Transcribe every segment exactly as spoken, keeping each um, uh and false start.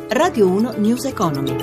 Radio uno News Economy.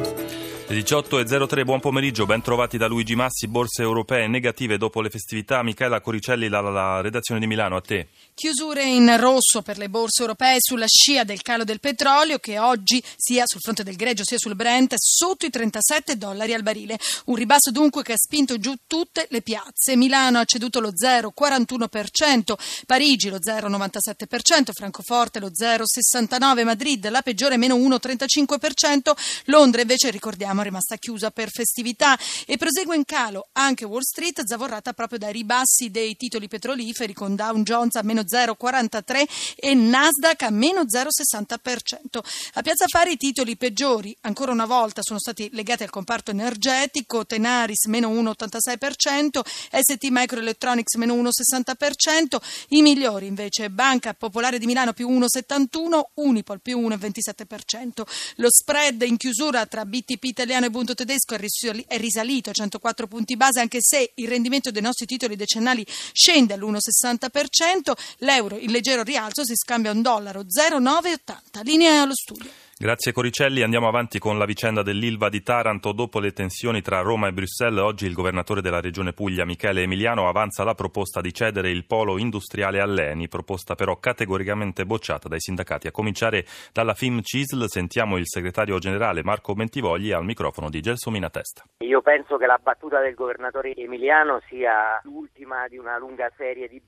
Le diciotto e zero tre, buon pomeriggio, ben trovati da Luigi Massi. Borse europee negative dopo le festività. Michela Coricelli dalla redazione di Milano, a te. Chiusure in rosso per le borse europee sulla scia del calo del petrolio, che oggi sia sul fronte del greggio sia sul Brent sotto i trentasette dollari al barile. Un ribasso dunque che ha spinto giù tutte le piazze. Milano ha ceduto lo zero virgola quarantuno per cento, Parigi lo zero virgola novantasette per cento, Francoforte lo zero virgola sessantanove per cento, Madrid la peggiore meno uno virgola trentacinque per cento, Londra invece, ricordiamo, è rimasta chiusa per festività e prosegue in calo anche Wall Street, zavorrata proprio dai ribassi dei titoli petroliferi, con Dow Jones a meno zero virgola quarantatré e Nasdaq a meno zero virgola sessanta per cento. A Piazza Affari i titoli peggiori ancora una volta sono stati legati al comparto energetico: Tenaris meno uno virgola ottantasei per cento, S T Microelectronics meno uno virgola sessanta per cento. I migliori invece Banca Popolare di Milano più uno virgola settantuno, Unipol più uno virgola ventisette per cento. Lo spread in chiusura tra B T P italiano e Bund tedesco è risalito a centoquattro punti base, anche se il rendimento dei nostri titoli decennali scende all'uno virgola sessanta per cento. L'euro in leggero rialzo, si scambia un dollaro zero virgola nove ottanta. Linea allo studio. Grazie Coricelli, andiamo avanti con la vicenda dell'Ilva di Taranto. Dopo le tensioni tra Roma e Bruxelles, oggi il governatore della regione Puglia, Michele Emiliano, avanza la proposta di cedere il polo industriale all'Eni, proposta però categoricamente bocciata dai sindacati. A cominciare dalla FIMCISL, sentiamo il segretario generale Marco Bentivogli al microfono di Gelsomina Testa. Io penso che la battuta del governatore Emiliano sia l'ultima di una lunga serie di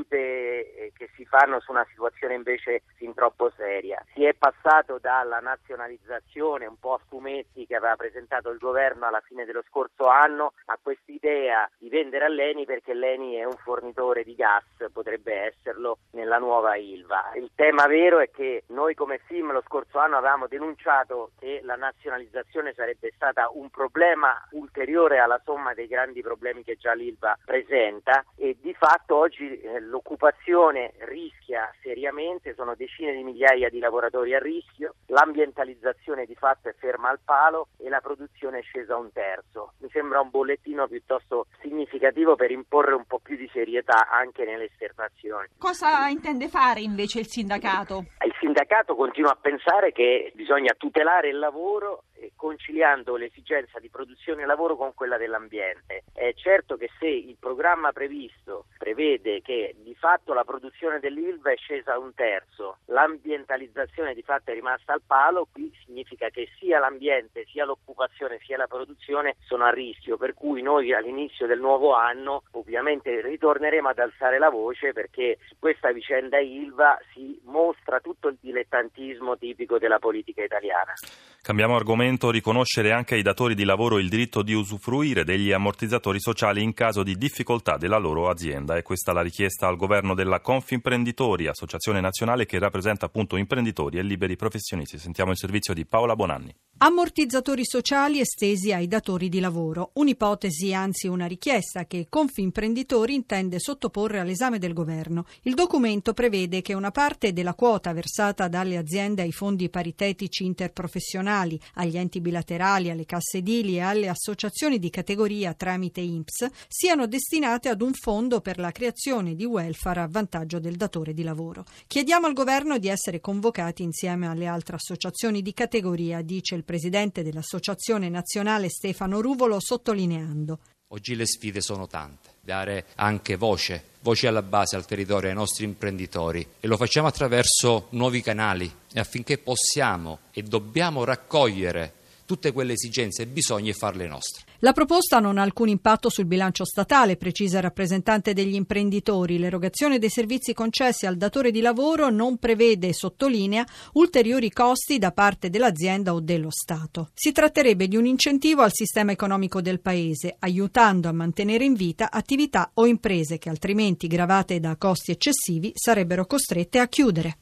battute che si fanno su una situazione invece fin troppo seria. Si è passato dalla nazionalizzazione un po' a fumetti che aveva presentato il governo alla fine dello scorso anno a quest'idea di vendere all'Eni, perché l'Eni è un fornitore di gas, potrebbe esserlo nella nuova Ilva. Il tema vero è che noi come FIM lo scorso anno avevamo denunciato che la nazionalizzazione sarebbe stata un problema ulteriore alla somma dei grandi problemi che già l'Ilva presenta, e di fatto oggi eh, l'occupazione rischia seriamente, sono decine di migliaia di lavoratori a rischio, l'ambientalizzazione di fatto è ferma al palo e la produzione è scesa a un terzo. Mi sembra un bollettino piuttosto significativo per imporre un po' più di serietà anche nelle esternazioni. Cosa intende fare invece il sindacato? Il sindacato continua a pensare che bisogna tutelare il lavoro conciliando l'esigenza di produzione e lavoro con quella dell'ambiente. È certo che se il programma previsto prevede che di fatto la produzione dell'Ilva è scesa a un terzo, l'ambientalizzazione di fatto è rimasta al palo, qui significa che sia l'ambiente, sia l'occupazione, sia la produzione sono a rischio, per cui noi all'inizio del nuovo anno ovviamente ritorneremo ad alzare la voce, perché su questa vicenda Ilva si mostra tutto il dilettantismo tipico della politica italiana. Cambiamo argomento. Riconoscere anche ai datori di lavoro il diritto di usufruire degli ammortizzatori sociali in caso di difficoltà della loro azienda. È questa la richiesta al governo della Confimprenditori, associazione nazionale che rappresenta appunto imprenditori e liberi professionisti. Sentiamo il servizio di Paola Bonanni. Ammortizzatori sociali estesi ai datori di lavoro. Un'ipotesi, anzi una richiesta, che Confimprenditori intende sottoporre all'esame del governo. Il documento prevede che una parte della quota versata dalle aziende ai fondi paritetici interprofessionali, agli enti bilaterali, alle casse edili e alle associazioni di categoria tramite I N P S siano destinate ad un fondo per la creazione di welfare a vantaggio del datore di lavoro. Chiediamo al governo di essere convocati insieme alle altre associazioni di categoria, dice il presidente dell'Associazione Nazionale Stefano Ruvolo, sottolineando: oggi le sfide sono tante, dare anche voce, voce alla base, al territorio, ai nostri imprenditori, e lo facciamo attraverso nuovi canali, e affinché possiamo e dobbiamo raccogliere tutte quelle esigenze e bisogni e farle nostre. La proposta non ha alcun impatto sul bilancio statale, precisa il rappresentante degli imprenditori. L'erogazione dei servizi concessi al datore di lavoro non prevede, sottolinea, ulteriori costi da parte dell'azienda o dello Stato. Si tratterebbe di un incentivo al sistema economico del Paese, aiutando a mantenere in vita attività o imprese che altrimenti, gravate da costi eccessivi, sarebbero costrette a chiudere.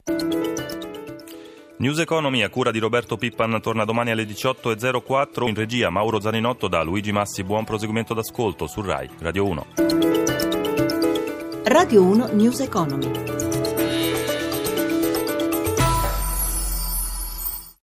News Economy a cura di Roberto Pippan torna domani alle diciotto e zero quattro. In regia Mauro Zaninotto, da Luigi Massi. Buon proseguimento d'ascolto su Rai Radio uno. Radio uno News Economy.